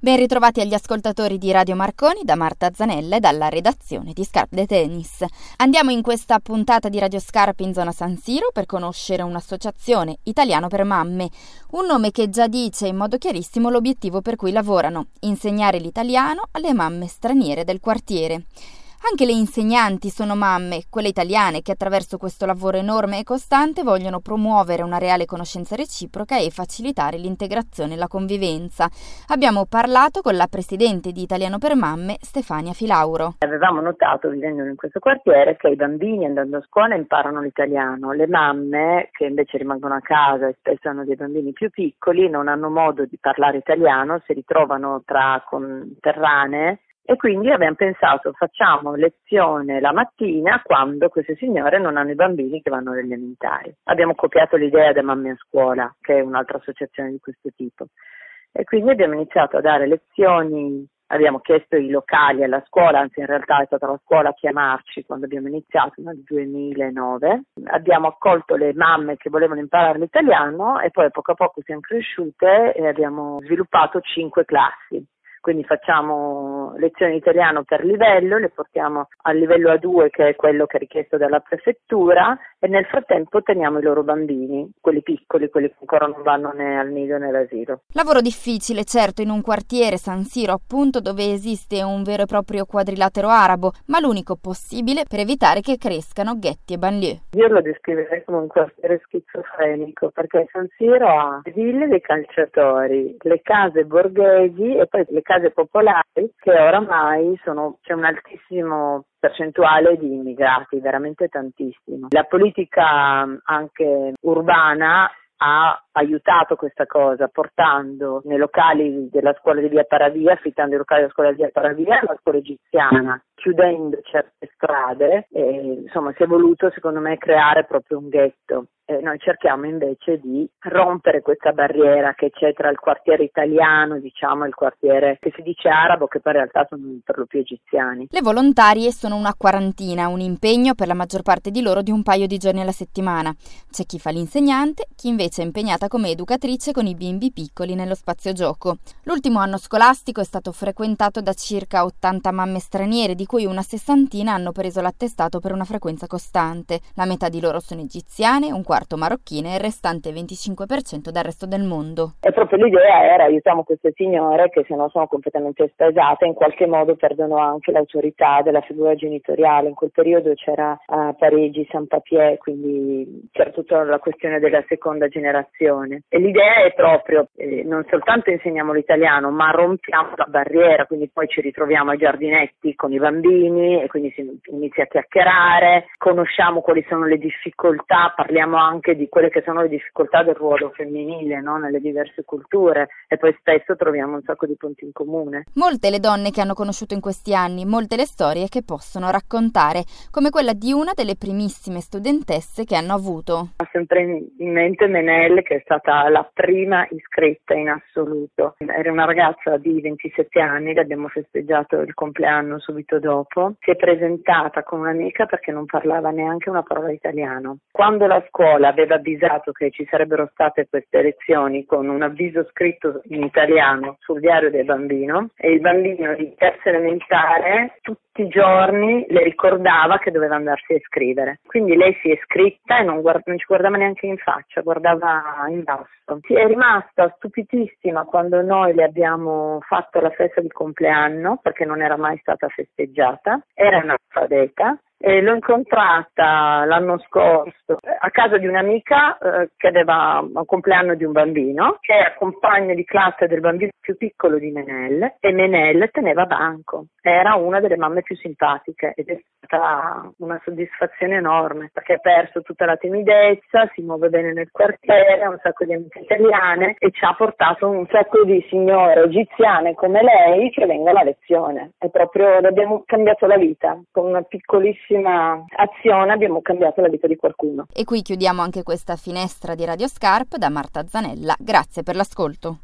Ben ritrovati agli ascoltatori di Radio Marconi da Marta Zanella e dalla redazione di Scarpe de Tennis. Andiamo in questa puntata di Radio Scarpe in zona San Siro per conoscere un'associazione Italiano per Mamme, un nome che già dice in modo chiarissimo l'obiettivo per cui lavorano: insegnare l'italiano alle mamme straniere del quartiere. Anche le insegnanti sono mamme, quelle italiane che attraverso questo lavoro enorme e costante vogliono promuovere una reale conoscenza reciproca e facilitare l'integrazione e la convivenza. Abbiamo parlato con la presidente di Italiano per Mamme, Stefania Filauro. Avevamo notato, vivendo in questo quartiere, che i bambini andando a scuola imparano l'italiano. Le mamme, che invece rimangono a casa e spesso hanno dei bambini più piccoli, non hanno modo di parlare italiano, si ritrovano tra conterranee. E quindi abbiamo pensato, facciamo lezione la mattina quando queste signore non hanno i bambini che vanno alle elementari. Abbiamo copiato l'idea da Mamme a Scuola, che è un'altra associazione di questo tipo. E quindi abbiamo iniziato a dare lezioni, abbiamo chiesto i locali alla scuola, anzi in realtà è stata la scuola a chiamarci quando abbiamo iniziato nel 2009. Abbiamo accolto le mamme che volevano imparare l'italiano e poi a poco siamo cresciute e abbiamo sviluppato 5 classi. Quindi facciamo lezioni di italiano per livello, le portiamo al livello A2, che è quello che è richiesto dalla prefettura, e nel frattempo teniamo i loro bambini, quelli piccoli, quelli che ancora non vanno né al nido né all'asilo. Lavoro difficile, certo, in un quartiere, San Siro appunto, dove esiste un vero e proprio quadrilatero arabo, ma l'unico possibile per evitare che crescano ghetti e banlieue. Io lo descriverei come un quartiere schizofrenico, perché San Siro ha le ville dei calciatori, le case borghesi e poi le case popolari che oramai c'è un altissimo percentuale di immigrati, veramente tantissimo. La politica anche urbana ha aiutato questa cosa, portando nei locali della scuola di Via Paravia, affittando i locali della scuola di Via Paravia alla scuola egiziana, chiudendo certe strade, e insomma si è voluto secondo me creare proprio un ghetto. E noi cerchiamo invece di rompere questa barriera che c'è tra il quartiere italiano, diciamo, e il quartiere che si dice arabo, che poi in realtà sono per lo più egiziani. Le volontarie sono una quarantina, un impegno per la maggior parte di loro di un paio di giorni alla settimana. C'è chi fa l'insegnante, chi invece è impegnata come educatrice con i bimbi piccoli nello spazio gioco. L'ultimo anno scolastico è stato frequentato da circa 80 mamme straniere, di cui una sessantina hanno preso l'attestato per una frequenza costante. La metà di loro sono egiziane, un quarto marocchine e il restante 25% dal resto del mondo. E proprio l'idea era: aiutiamo queste signore che se no sono completamente espesate, in qualche modo perdono anche l'autorità della figura genitoriale. In quel periodo c'era a Parigi Saint-Papier, quindi c'era tutta la questione della seconda generazione. E l'idea è proprio, non soltanto insegniamo l'italiano, ma rompiamo la barriera, quindi poi ci ritroviamo ai giardinetti con i bambini e quindi si inizia a chiacchierare, conosciamo quali sono le difficoltà, parliamo anche di quelle che sono le difficoltà del ruolo femminile, no? Nelle diverse culture, e poi spesso troviamo un sacco di punti in comune. Molte le donne che hanno conosciuto in questi anni, molte le storie che possono raccontare, come quella di una delle primissime studentesse che hanno avuto. Ho sempre in mente Menel, che è stata la prima iscritta in assoluto. Era una ragazza di 27 anni, l'abbiamo festeggiato il compleanno subito dopo. Si è presentata con un'amica perché non parlava neanche una parola italiano. Quando la scuola aveva avvisato che ci sarebbero state queste lezioni con un avviso scritto in italiano sul diario del bambino, e il bambino di terza elementare tutti i giorni le ricordava che doveva andarsi a iscrivere. Quindi lei si è iscritta e non ci guardava neanche in faccia, guardava in basso. Si è rimasta stupitissima quando noi le abbiamo fatto la festa di compleanno, perché non era mai stata festeggiata, era analfabeta. E l'ho incontrata l'anno scorso a casa di un'amica che aveva un compleanno di un bambino, che era compagna di classe del bambino più piccolo di Menel, e Menel teneva banco. Era una delle mamme più simpatiche ed è stata una soddisfazione enorme, perché ha perso tutta la timidezza, si muove bene nel quartiere, ha un sacco di amiche italiane e ci ha portato un sacco di signore egiziane come lei che vengono alla lezione. È proprio, le abbiamo cambiato la vita con una piccolissima azione, abbiamo cambiato la vita di qualcuno. E qui chiudiamo anche questa finestra di Radio Scarpe da Marta Zanella. Grazie per l'ascolto.